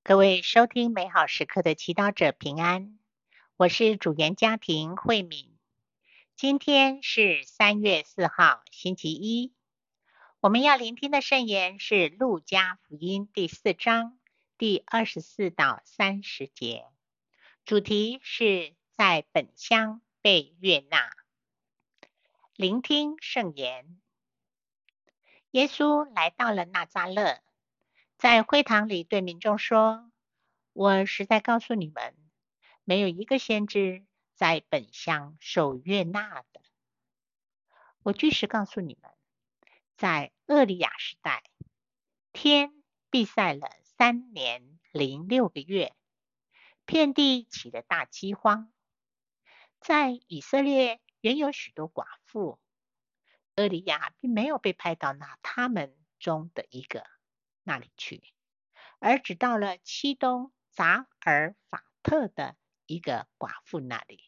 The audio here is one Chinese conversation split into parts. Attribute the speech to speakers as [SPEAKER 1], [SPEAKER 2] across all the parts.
[SPEAKER 1] 各位收听美好时刻的祈祷者平安，我是主言家庭慧敏。今天是3月4号，星期一。我们要聆听的圣言是路加福音第4章第24到30节，主题是在本乡被悦纳。聆听圣言。耶稣来到了纳匝勒，在会堂里对民众说：我实在告诉你们，没有一个先知在本乡受悦纳的。我据实告诉你们，在厄里亚时代，天闭塞了3年0.6个月，遍地起了大饥荒。在以色列原有许多寡妇，厄里亚并没有被派到他们中的一个那里去，而只到了漆东杂尔法特的一个寡妇那里。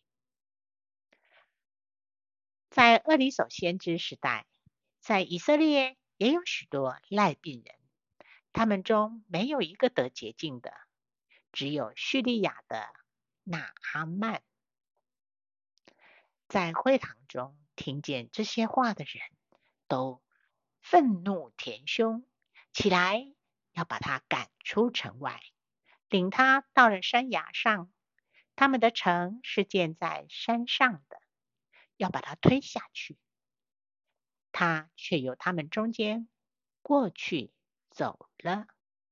[SPEAKER 1] 在厄里叟先知时代，在以色列也有许多癩病人，他们中没有一个得洁净的，只有叙利亚的拿阿曼。在会堂中听见这些话的人，都愤怒填胸，起来要把他赶出城外，领他到了山崖上。他们的城是建在山上的，要把他推下去。他却由他们中间过去走了。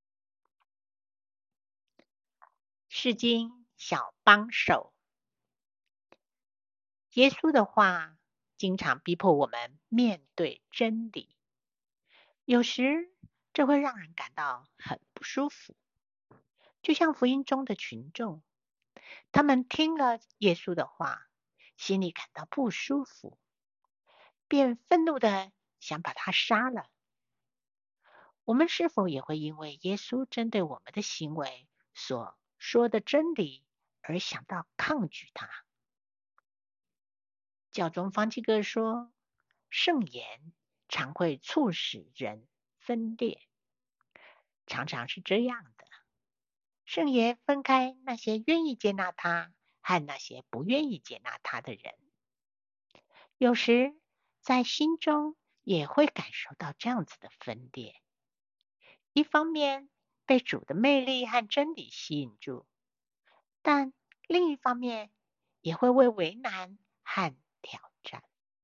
[SPEAKER 1] 诗经小帮手。耶稣的话经常逼迫我们面对真理，有时这会让人感到很不舒服。就像福音中的群众，他们听了耶稣的话，心里感到不舒服，便愤怒地想把他杀了。我们是否也会因为耶稣针对我们的行为所说的真理而想到抗拒他？教宗方济各说，圣言常会促使人分裂，常常是这样的。圣言分开那些愿意接纳他和那些不愿意接纳他的人。有时在心中也会感受到这样子的分裂，一方面被主的魅力和真理吸引住，但另一方面也会为难和挑战。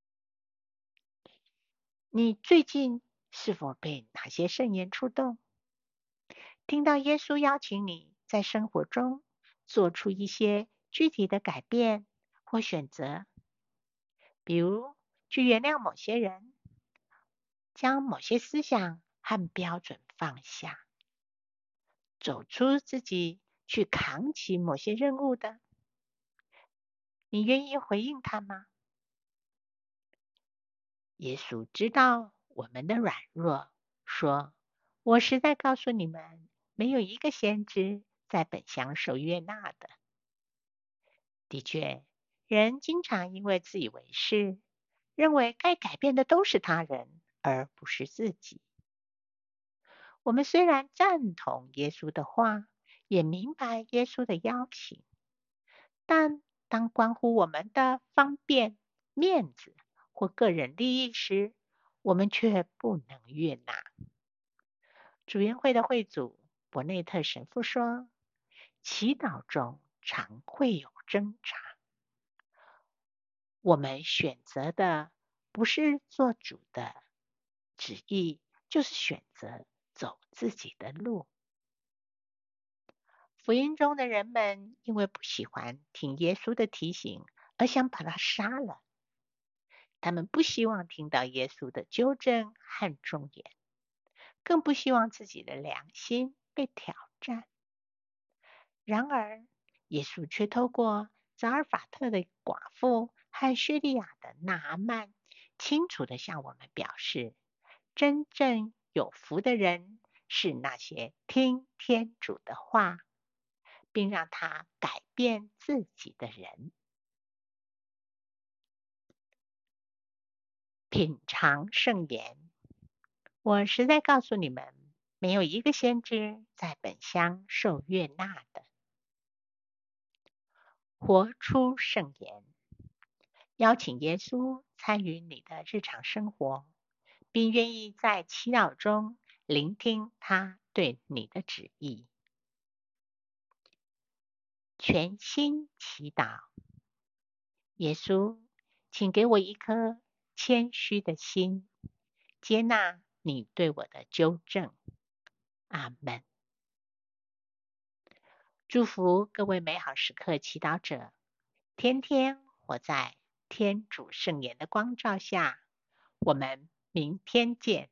[SPEAKER 1] 你最近是否被哪些圣言触动？听到耶稣邀请你在生活中做出一些具体的改变或选择，比如去原谅某些人，将某些思想和标准放下，走出自己去扛起某些任务的，你愿意回应他吗？耶稣知道我们的软弱，说：我实在告诉你们，没有一个先知在本乡受悦纳的。的确，人经常因为自以为是，认为该改变的都是他人，而不是自己。我们虽然赞同耶稣的话，也明白耶稣的邀请，但当关乎我们的方便、面子或个人利益时，我们却不能悦纳。主言会的会主伯内特神父说，祈祷中常会有挣扎。我们选择的不是做主的旨意，就是选择走自己的路。福音中的人们因为不喜欢听耶稣的提醒，而想把他杀了。他们不希望听到耶稣的纠正和忠言，更不希望自己的良心被挑战。然而，耶稣却透过扎尔法特的寡妇和叙利亚的拿阿曼，清楚地向我们表示，真正有福的人是那些听天主的话，并让他改变自己的人。品尝圣言。我实在告诉你们， 没有一个先知在本乡受悦纳的。活出圣言，邀请耶稣参与你的日常生活，并愿意在祈祷中聆听他对你的旨意。全心祈祷，耶稣，请给我一颗谦虚的心，接纳你对我的纠正。阿们。祝福各位美好时刻祈祷者，天天活在天主圣言的光照下。我们明天见。